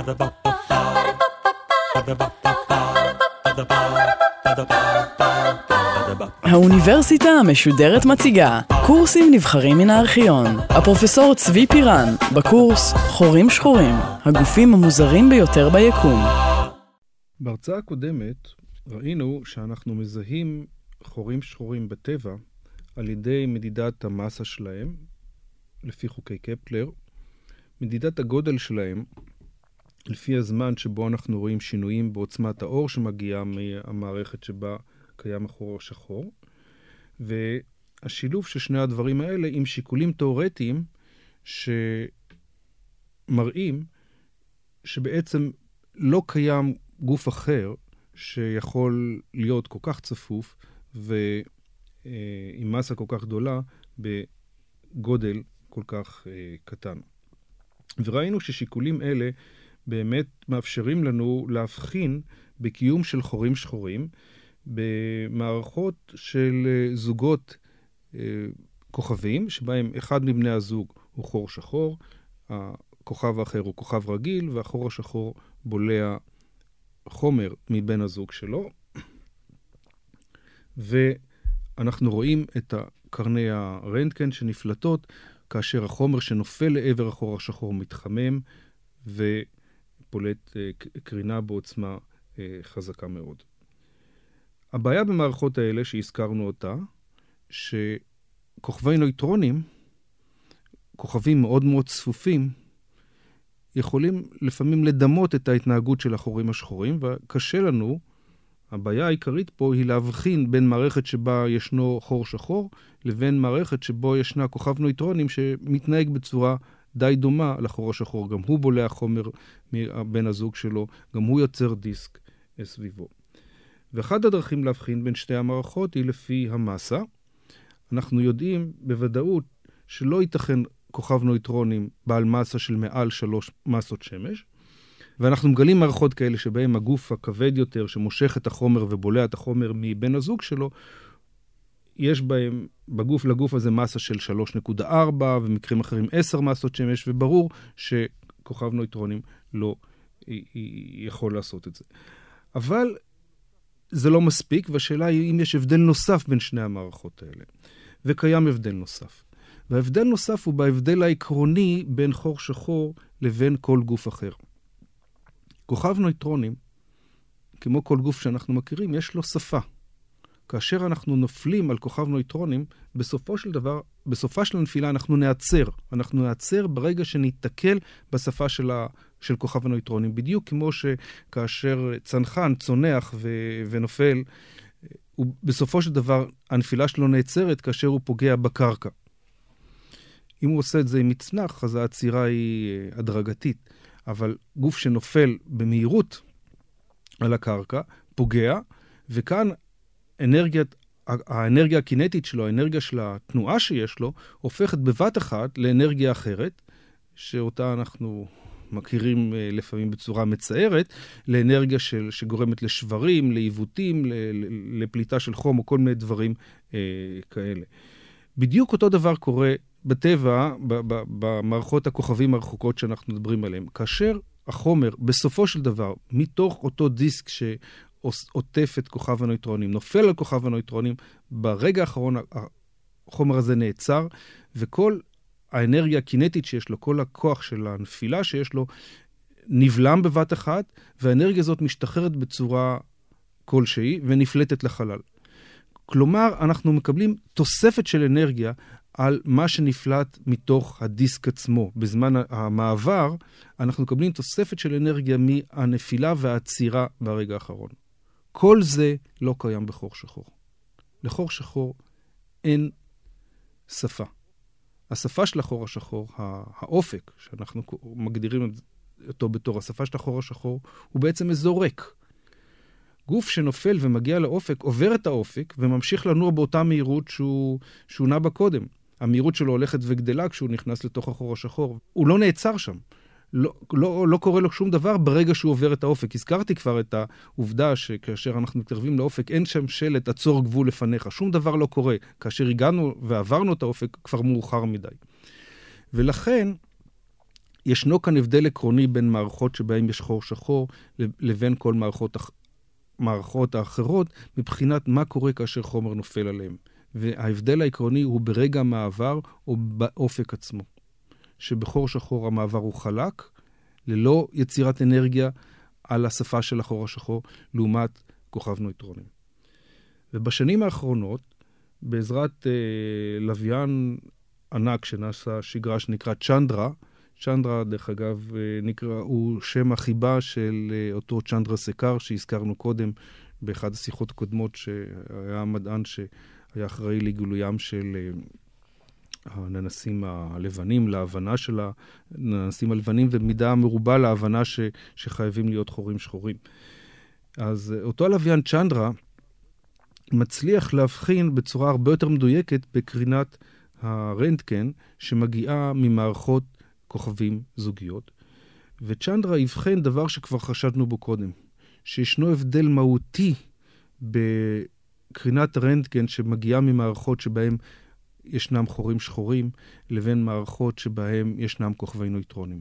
האוניברסיטה המשודרת מציגה קורסים נבחרים מן הארכיון. הפרופסור צבי פירן בקורס חורים שחורים, הגופים המוזרים ביותר ביקום. בהרצאה הקודמת ראינו שאנחנו מזהים חורים שחורים בטבע על ידי מדידת המסה שלהם, לפי חוקי קפלר, מדידת הגודל שלהם, לפי הזמן שבו אנחנו רואים שינויים בעוצמת האור שמגיעה מהמערכת שבה קיים החור השחור, והשילוב של שני הדברים האלה עם שיקולים תיאורטיים שמראים שבעצם לא קיים גוף אחר שיכול להיות כל כך צפוף ועם מסה כל כך גדולה בגודל כל כך קטן. וראינו ששיקולים אלה באמת מאפשרים לנו להבחין בקיום של חורים שחורים במערכות של זוגות כוכבים, שבהם אחד מבני הזוג הוא חור שחור, הכוכב האחר הוא כוכב רגיל, והחור השחור בולע חומר מבין הזוג שלו. ואנחנו רואים את קרני הרנטגן שנפלטות, כאשר החומר שנופל לעבר החור השחור מתחמם, ופולט קרינה בעוצמה חזקה מאוד. הבעיה במערכות האלה שהזכרנו אותה, שכוכבי נויטרונים, כוכבים מאוד מאוד צפופים, יכולים לפעמים לדמות את ההתנהגות של החורים השחורים, וקשה לנו, הבעיה העיקרית פה היא להבחין בין מערכת שבה ישנו חור שחור, לבין מערכת שבו ישנה כוכב נויטרונים שמתנהג בצורה די דומה לחור השחור. גם הוא בולע חומר בין הזוג שלו, גם הוא יוצר דיסק סביבו. ואחת הדרכים להבחין בין שתי המערכות היא לפי המסה. אנחנו יודעים בוודאות שלא ייתכן כוכב נויטרונים בעל מסה של מעל 3 מסות שמש, ואנחנו מגלים מערכות כאלה שבהם הגוף הכבד יותר שמושך את החומר ובולע את החומר מבין הזוג שלו, יש בהם בגוף לגוף הזה מסה של 3.4 ומקרים אחרים 10 מסות שמש, וברור שכוכב נויטרונים לא יכול לעשות את זה. אבל זה לא מספיק, והשאלה היא אם יש הבדל נוסף בין שני המערכות האלה. וקיים הבדל נוסף. וההבדל נוסף הוא בהבדל העקרוני בין חור שחור לבין כל גוף אחר. כוכב נויטרונים, כמו כל גוף שאנחנו מכירים, יש לו שפה. כאשר אנחנו נופלים על כוכב נויטרונים, בסופה של הנפילה אנחנו נעצר. אנחנו נעצר ברגע שניתקל בשפה של כוכב הנויטרונים. בדיוק כמו שכאשר צנחן צונח ונופל, בסופו של דבר הנפילה שלו נעצרת כאשר הוא פוגע בקרקע. אם הוא עושה את זה עם מצנח, אז העצירה היא הדרגתית. אבל גוף שנופל במהירות על הקרקע, פוגע, וכאן האנרגיה הקינטית שלו, האנרגיה של התנועה שיש לו, הופכת בבת אחת לאנרגיה אחרת, שאותה אנחנו מכירים לפעמים בצורה מצערת, לאנרגיה שגורמת לשברים, לעיוותים, לפליטה של חום, או כל מיני דברים כאלה. בדיוק אותו דבר קורה בטבע, במערכות הכוכבים הרחוקות שאנחנו מדברים עליהם. כאשר החומר, בסופו של דבר, מתוך אותו דיסק שעוטף את כוכב הנויטרונים, נופל על כוכב הנויטרונים, ברגע האחרון החומר הזה נעצר, וכל האנרגיה הקינטית שיש לו, כל הכוח של הנפילה שיש לו, נבלם בבת אחת, והאנרגיה הזאת משתחררת בצורה כלשהי, ונפלטת לחלל. כלומר, אנחנו מקבלים תוספת של אנרגיה על מה שנפלט מתוך הדיסק עצמו. בזמן המעבר, אנחנו מקבלים תוספת של אנרגיה מהנפילה והעצירה ברגע האחרון. כל זה לא קיים בחור שחור. לחור שחור אין שפה. השפה של החור השחור, האופק, שאנחנו מגדירים אותו בתור השפה של החור השחור, הוא בעצם אזור ריק. גוף שנופל ומגיע לאופק, עובר את האופק וממשיך לנוע באותה מהירות שהוא נע בקודם. המהירות שלו הולכת וגדלה כשהוא נכנס לתוך החור השחור. הוא לא נעצר שם. לא קורה לו שום דבר ברגע שהוא עובר את האופק. הזכרתי כבר את העובדה שכאשר אנחנו מתקרבים לאופק, אין שם שלט עצור גבול לפניך. שום דבר לא קורה. כאשר הגענו ועברנו את האופק, כבר מאוחר מדי. ולכן, ישנו כאן הבדל עקרוני בין מערכות שבהן יש חור שחור לבין כל מערכות האחרות, מבחינת מה קורה כאשר חומר נופל עליהם. וההבדל העקרוני הוא ברגע המעבר או באופק עצמו. שבחור שחור המעבר הוא חלק, ללא יצירת אנרגיה על השפה של החור השחור, לעומת כוכב נויטרונים. ובשנים האחרונות, בעזרת לוויין ענק שנעשה שגרה שנקרא צ'נדרה, צ'נדרה, דרך אגב, הוא שם החיבה של אותו צ'נדרה סקר שהזכרנו קודם באחד השיחות הקודמות, שהיה המדען שהיה אחראי לגילוים של הננסים הלבנים, להבנה של הננסים הלבנים, ומידה מרובה להבנה שחייבים להיות חורים שחורים. אז אותו הלוויין צ'נדרה מצליח להבחין בצורה הרבה יותר מדויקת בקרינת הרנטגן שמגיעה ממערכות כוכבים זוגיות. וצ'נדרה יבחן דבר שכבר חשדנו בו קודם, שישנו הבדל מהותי בקרינת הרנטגן שמגיעה ממערכות שבהם ישנם חורים שחורים, לבין מערכות שבהם ישנם כוכבי נויטרונים.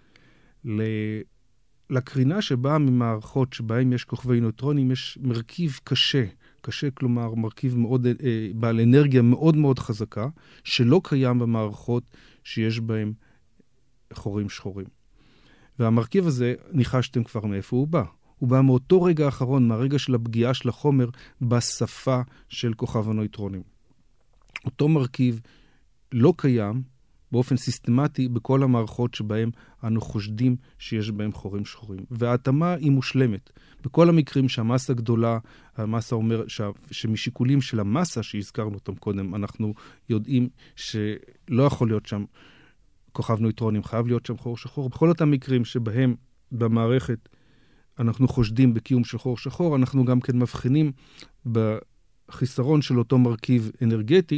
לקרינה שבאה ממערכות שבהם יש כוכבי נויטרונים יש מרכיב קשה, כלומר מרכיב מאוד, בעל אנרגיה מאוד מאוד חזקה, שלא קיים במערכות שיש בהם חורים שחורים. והמרכיב הזה, ניחשתם כבר מאיפה הוא בא. הוא בא מאותו רגע האחרון, מהרגע של הפגיעה של החומר בשפה של כוכב הנויטרונים. אותו מרכיב לא קיים באופן סיסטמטי בכל המערכות שבהם אנו חושדים שיש בהם חורים שחורים. וההתאמה היא מושלמת. בכל המקרים שהמסה גדולה, המסה אומר שמשיקולים של המסה שהזכרנו אותם קודם, אנחנו יודעים שלא יכול להיות שם כוכב נויטרונים, חייב להיות שם חור שחור. בכל אותם מקרים שבהם במערכת אנחנו חושדים בקיום של חור שחור, אנחנו גם כן מבחינים בחיסרון של אותו מרכיב אנרגטי,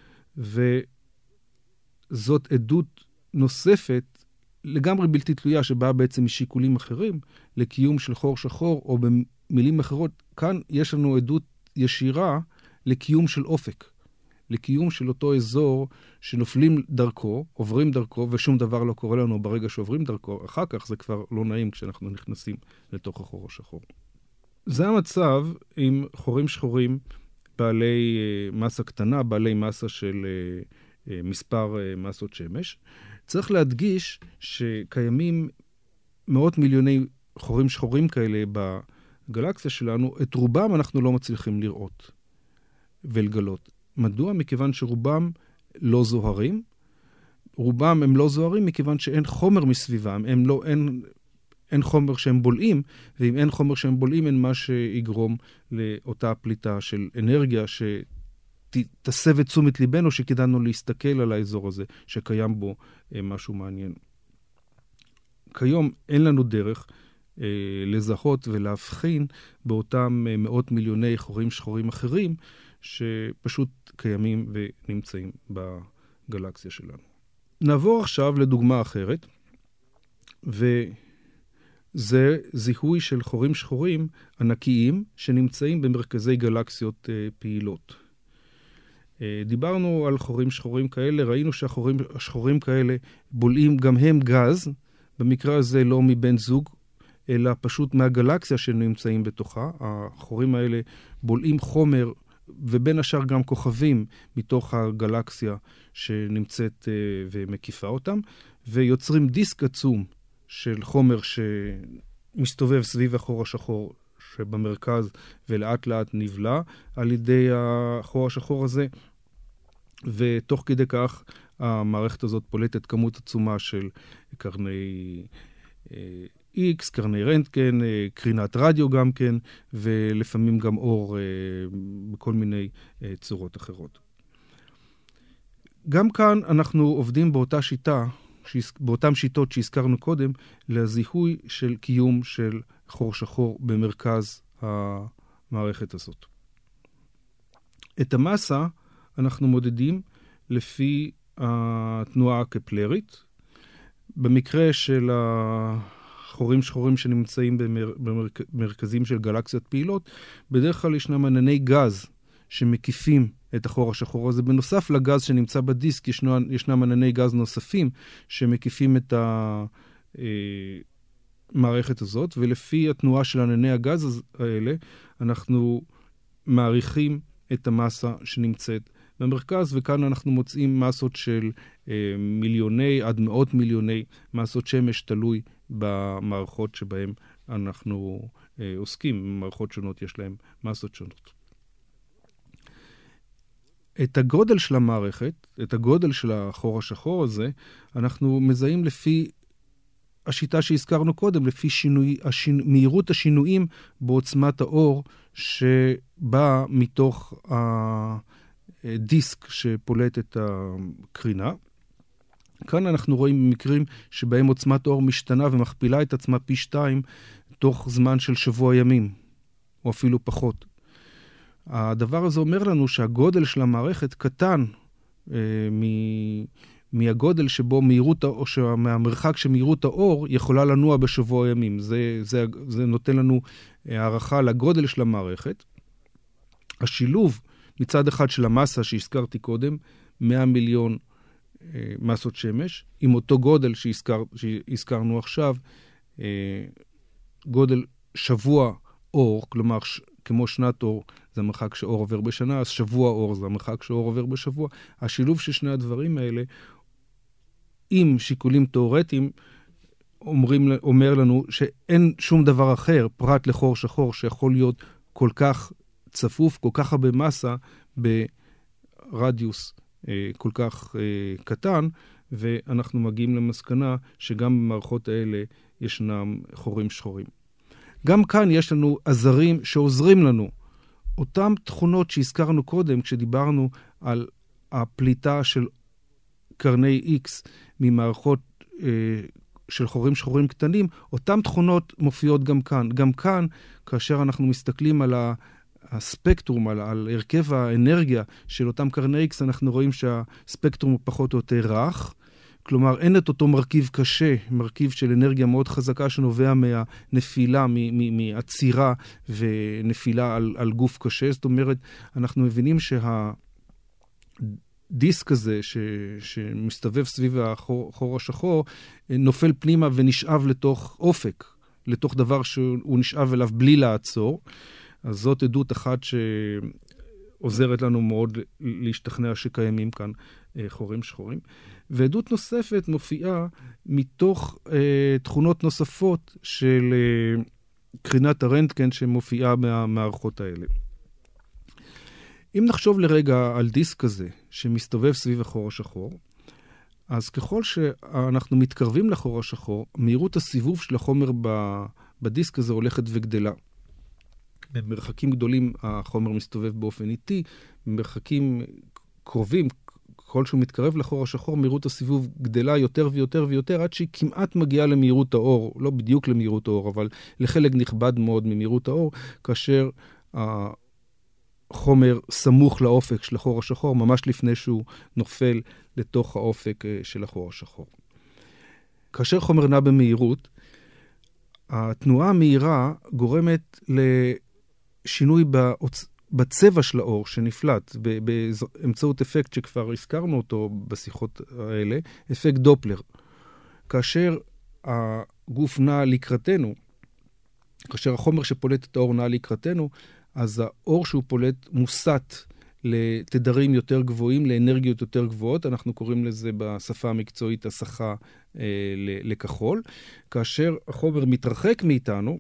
וזאת עדות נוספת לגמרי בלתי תלויה, שבאה בעצם משיקולים אחרים, לקיום של חור שחור, או במילים אחרות, כאן יש לנו עדות ישירה לקיום של אופק. לקיום של אותו אזור שנופלים דרכו, עוברים דרכו, ושום דבר לא קורה לנו ברגע שעוברים דרכו. אחר כך זה כבר לא נעים כשאנחנו נכנסים לתוך החור השחור. זה המצב עם חורים שחורים בעלי מסה קטנה, בעלי מסה של מספר מסות שמש. צריך להדגיש שקיימים מאות מיליוני חורים שחורים כאלה בגלקסיה שלנו, את רובם אנחנו לא מצליחים לראות ולגלות. מדוע? מכיוון שרובם לא זוהרים. רובם הם לא זוהרים מכיוון שאין חומר מסביבם, אין חומר שהם בולעים, ואם אין חומר שהם בולעים, אין מה שיגרום לאותה פליטה של אנרגיה שתסב את תשומת ליבנו שכדאנו להסתכל על האזור הזה, שקיים בו משהו מעניין. כיום אין לנו דרך לזהות ולהבחין באותם מאות מיליוני חורים שחורים אחרים, שפשוט קיימים ונמצאים בגלקסיה שלנו. נעבור עכשיו לדוגמה אחרת, וזה זיהוי של חורים שחורים ענקיים שנמצאים במרכזי גלקסיות פעילות. דיברנו על חורים שחורים כאלה, ראינו שהחורים השחורים כאלה בולעים גם הם גז, במקרה הזה לא מבן זוג, אלא פשוט מהגלקסיה שנמצאים בתוכה. החורים האלה בולעים חומר, ובין השאר גם כוכבים מתוך הגלקסיה שנמצאת ומקיפה אותם, ויוצרים דיסק עצום של חומר שמסתובב סביב החור השחור שבמרכז, ולאט לאט נבלע על ידי החור השחור הזה, ותוך כדי כך המערכת הזאת פולטת כמות עצומה של קרני X, קרני רנטגן, קרינת רדיו גם כן, ולפעמים גם אור בכל מיני צורות אחרות. גם כאן אנחנו עובדים באותה שיטה, באותן שיטות שהזכרנו קודם, לזיהוי של קיום של חור שחור במרכז המערכת הזאת. את המסה אנחנו מודדים לפי התנועה הקפלרית. במקרה של חורים שחורים שנמצאים במרכזים של גלקסיות פעילות, בדרך כלל ישנם ענני גז שמקיפים את החור השחור הזה. בנוסף לגז שנמצא בדיסק, ישנם ענני גז נוספים שמקיפים את המערכת הזאת, ולפי התנועה של ענני הגז האלה, אנחנו מעריכים את המסה שנמצאת במרכז, וכאן אנחנו מוצאים מסות של מיליוני עד מאות מיליוני מסות שמש, תלוי במערכות שבהן אנחנו עוסקים. מערכות שונות יש להן מסות שונות. את הגודל של המערכת, את הגודל של החור השחור הזה, אנחנו מזהים לפי השיטה שהזכרנו קודם, לפי מהירות השינויים בעוצמת האור שבא מתוך הדיסק שפולט את הקרינה. כאן אנחנו רואים מקרים שבהם עוצמת האור משתנה ומכפילה את עצמה פי 2 תוך זמן של שבוע ימים, או אפילו פחות. הדבר הזה אומר לנו שהגודל של המערכת קטן מהגודל שבו מהירות, או מהמרחק שמהירות האור יכולה לנוע בשבוע ימים. זה נותן לנו הערכה לגודל של המערכת. השילוב מצד אחד של המסה שהזכרתי קודם, 100 מיליון מסות שמש, עם אותו גודל שהזכרנו עכשיו, גודל שבוע אור, כלומר כמו שנת אור זה המרחק שאור עובר בשנה, אז שבוע אור זה המרחק שאור עובר בשבוע. השילוב של שני הדברים האלה, עם שיקולים תיאורטיים, אומר לנו שאין שום דבר אחר, פרט לחור שחור, שיכול להיות כל כך צפוף, כל כך הרבה מסה, ברדיוס כל כך קטן, ואנחנו מגיעים למסקנה שגם במערכות האלה ישנם חורים שחורים. גם כאן יש לנו עזרים שעוזרים לנו. אותם תכונות שהזכרנו קודם, כשדיברנו על הפליטה של קרני X ממערכות של חורים שחורים קטנים, אותם תכונות מופיעות גם כאן. גם כאן, כאשר אנחנו מסתכלים על הספקטרום, על הרכב האנרגיה של אותם קרני X, אנחנו רואים שהספקטרום הוא פחות או יותר רך, כלומר, אין את אותו מרכיב קשה, מרכיב של אנרגיה מאוד חזקה שנובע מהנפילה, מעצירה ונפילה על גוף קשה. זאת אומרת, אנחנו מבינים שהדיסק הזה שמסתובב סביב החור השחור, נופל פנימה ונשאב לתוך אופק, לתוך דבר שהוא נשאב אליו בלי לעצור. אז זאת עדות אחת שעוזרת לנו מאוד להשתכנע שקיימים כאן חורים שחורים. ועדות נוספת מופיעה מתוך תכונות נוספות של קרינת הרנטגן שמופיעה מהמערכות האלה. אם נחשוב לרגע על דיסק כזה שמסתובב סביב החור השחור, אז ככל שאנחנו מתקרבים לחור השחור, מהירות הסיבוב של החומר בדיסק הזה הולכת וגדלה. במרחקים גדולים החומר מסתובב באופן איטי, במרחקים קרובים, ככל שהוא מתקרב לחור השחור, מהירות הסיבוב גדלה יותר ויותר ויותר, עד שהיא כמעט מגיעה למהירות האור, לא בדיוק למהירות האור, אבל לחלק נכבד מאוד ממהירות האור, כאשר החומר סמוך לאופק של החור השחור, ממש לפני שהוא נופל לתוך האופק של החור השחור. כאשר חומר נע במהירות, התנועה המהירה גורמת לשינוי בצבע של האור שנפלט, באמצעות אפקט שכבר הזכרנו אותו בשיחות האלה, אפקט דופלר. כאשר הגוף נע לקראתנו, כאשר החומר שפולט את האור נע לקראתנו, אז האור שהוא פולט מוסט לתדרים יותר גבוהים, לאנרגיות יותר גבוהות, אנחנו קוראים לזה בשפה המקצועית הסחה לכחול. כאשר החומר מתרחק מאיתנו,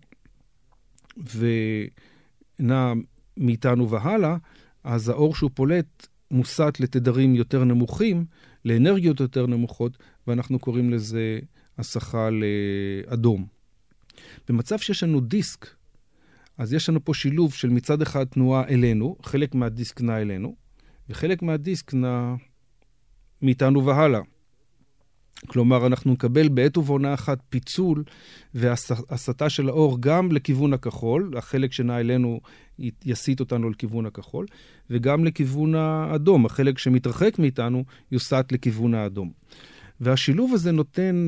ונע מאיתנו והלאה, אז האור שהוא פולט מוסט לתדרים יותר נמוכים, לאנרגיות יותר נמוכות, ואנחנו קוראים לזה הסחה לאדום. במצב שיש לנו דיסק, אז יש לנו פה שילוב של מצד אחד תנועה אלינו, חלק מהדיסק נע אלינו, וחלק מהדיסק נע מאיתנו והלאה. כלומר, אנחנו נקבל בעת ובעונה אחת פיצול והסטה של האור גם לכיוון הכחול, החלק שנע אלינו יסיט אותנו לכיוון הכחול, וגם לכיוון האדום, החלק שמתרחק מאיתנו יוסט לכיוון האדום. והשילוב הזה נותן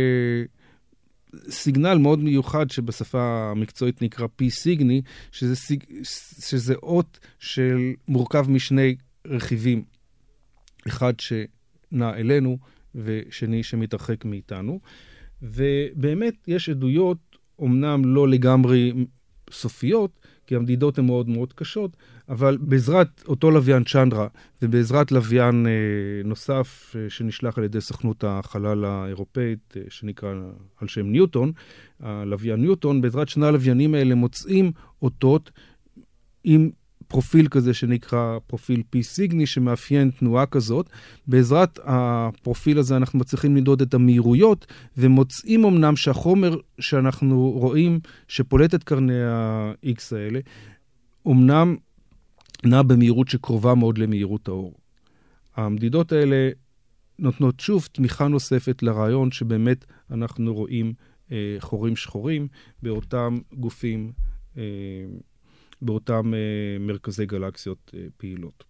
סיגנל מאוד מיוחד שבשפה המקצועית נקרא פי סיגני, שזה אות של מורכב משני רכיבים, אחד שנע אלינו ושני שמתרחק מאיתנו. ובאמת יש עדויות, אומנם לא לגמרי סופיות, כי המדידות הן מאוד מאוד קשות, אבל בעזרת אותו לוויין צ'נדרה, ובעזרת לוויין נוסף שנשלח על ידי סוכנות החלל האירופאית, שנקרא על שם ניוטון, הלוויין ניוטון, בעזרת שני הלוויינים האלה מוצאים אותות עם פרופיל כזה שנקרא פרופיל פי סיגני, שמאפיין תנועה כזאת. בעזרת הפרופיל הזה אנחנו מצליחים למדוד את המהירויות, ומוצאים אמנם שהחומר שאנחנו רואים שפולט את קרני ה-X האלה, אמנם נע במהירות שקרובה מאוד למהירות האור. המדידות האלה נותנות שוב תמיכה נוספת לרעיון שבאמת אנחנו רואים חורים שחורים באותם גופים, באותם מרכזי גלקסיות פעילות.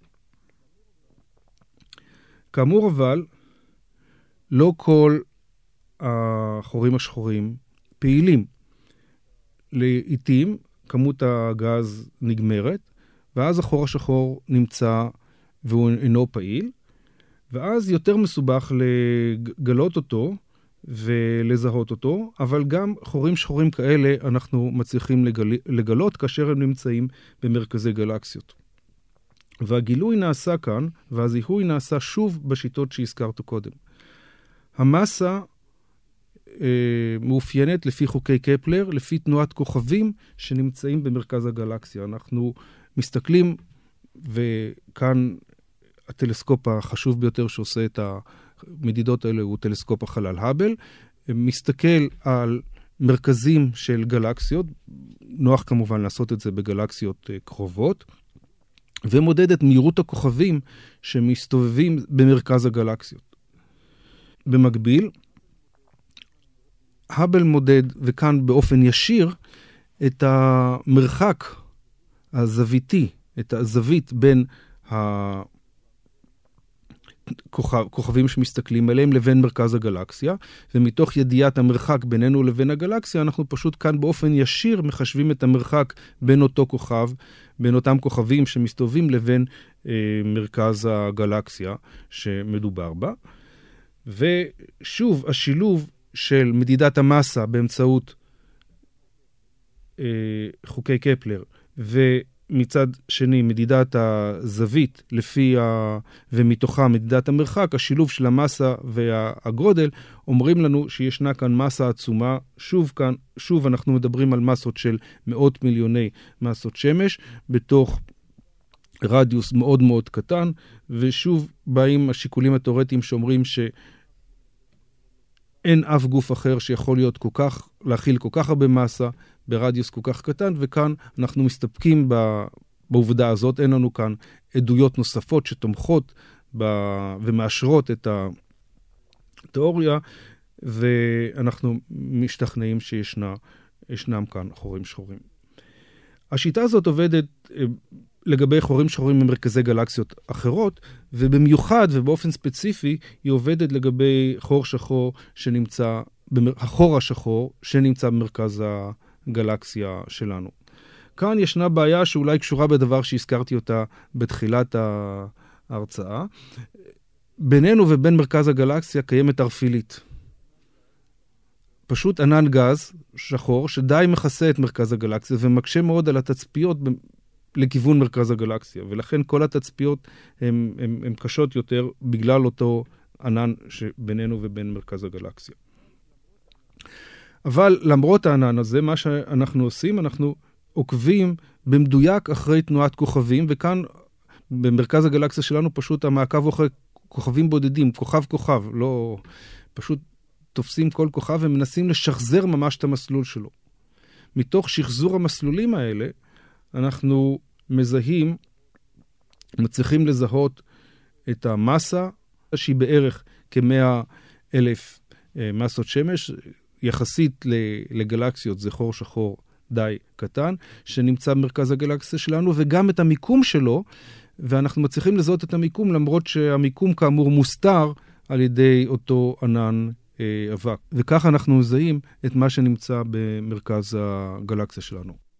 כאמור אבל, לא כל החורים השחורים פעילים. לעתים כמות הגז נגמרת, ואז החור השחור נמצא והוא אינו פעיל, ואז יותר מסובך לגלות אותו ולזהות אותו, אבל גם חורים שחורים כאלה אנחנו מצליחים לגלות כאשר הם נמצאים במרכזי גלקסיות. והגילוי נעשה כאן, והזיהוי נעשה שוב בשיטות שהזכרתי קודם. המסה מאופיינת לפי חוקי קפלר, לפי תנועת כוכבים שנמצאים במרכז הגלקסיה. אנחנו מסתכלים, וכאן הטלסקופ החשוב ביותר שעושה את המדידות האלה הוא טלסקופ החלל האבל, מסתכל על מרכזים של גלקסיות, נוח כמובן לעשות את זה בגלקסיות קרובות, ומודד את מהירות הכוכבים שמסתובבים במרכז הגלקסיות. במקביל, האבל מודד, וכאן באופן ישיר, את המרחק הזוויתי, את הזווית בין הכוכבים שמסתכלים עליהם לבין מרכז הגלקסיה, ומתוך ידיעת המרחק בינינו לבין הגלקסיה, אנחנו פשוט כאן באופן ישיר מחשבים את המרחק בין אותו כוכב, בין אותם כוכבים שמסתובבים לבין מרכז הגלקסיה שמדובר בה. ושוב, השילוב של מדידת המסה באמצעות חוקי קפלר, ומצד שני מדידת הזווית ומתוכה מדידת המרחק, השילוב של המסה והגודל, אומרים לנו שישנה כאן מסה עצומה. שוב אנחנו מדברים על מסות של מאות מיליוני מסות שמש, בתוך רדיוס מאוד מאוד קטן, ושוב באים השיקולים התיאורטיים שאומרים אין אף גוף אחר שיכול להכיל כל כך הרבה מסה ברדיוס כל כך קטן, וכאן אנחנו מסתפקים בעובדה הזאת. אין לנו כאן עדויות נוספות שתומכות ומאשרות את התיאוריה, ואנחנו משתכנעים שישנם כאן חורים שחורים. השיטה הזאת עובדת לגבי חורים שחורים ממרכזי גלקסיות אחרות, ובמיוחד ובאופן ספציפי היא עובדת לגבי החור השחור שנמצא במרכז הגלקסיה שלנו. כאן ישנה בעיה שאולי קשורה בדבר שהזכרתי אותה בתחילת ההרצאה. בינינו ובין מרכז הגלקסיה קיימת ערפילית. פשוט ענן גז שחור שדי מכסה את מרכז הגלקסיה ומקשה מאוד על התצפיות לכיוון מרכז הגלקסיה, ולכן כל התצפיות הן קשות יותר בגלל אותו ענן שבינינו ובין מרכז הגלקסיה. אבל למרות הענן הזה, מה שאנחנו עושים, אנחנו עוקבים במדויק אחרי תנועת כוכבים, וכאן במרכז הגלקסיה שלנו פשוט המעקב אחרי כוכבים בודדים, כוכב, לא פשוט תופסים כל כוכב ומנסים לשחזר ממש את המסלול שלו. מתוך שחזור המסלולים האלה, אנחנו מצליחים לזהות את המסה, שהיא בערך כ100,000 מסות שמש, יחסית לגלקסיות זה חור שחור די קטן, שנמצא במרכז הגלקסיה שלנו, וגם את המיקום שלו, ואנחנו מצליחים לזהות את המיקום, למרות שהמיקום כאמור מוסתר על ידי אותו ענן אבק. וכך אנחנו מזהים את מה שנמצא במרכז הגלקסיה שלנו.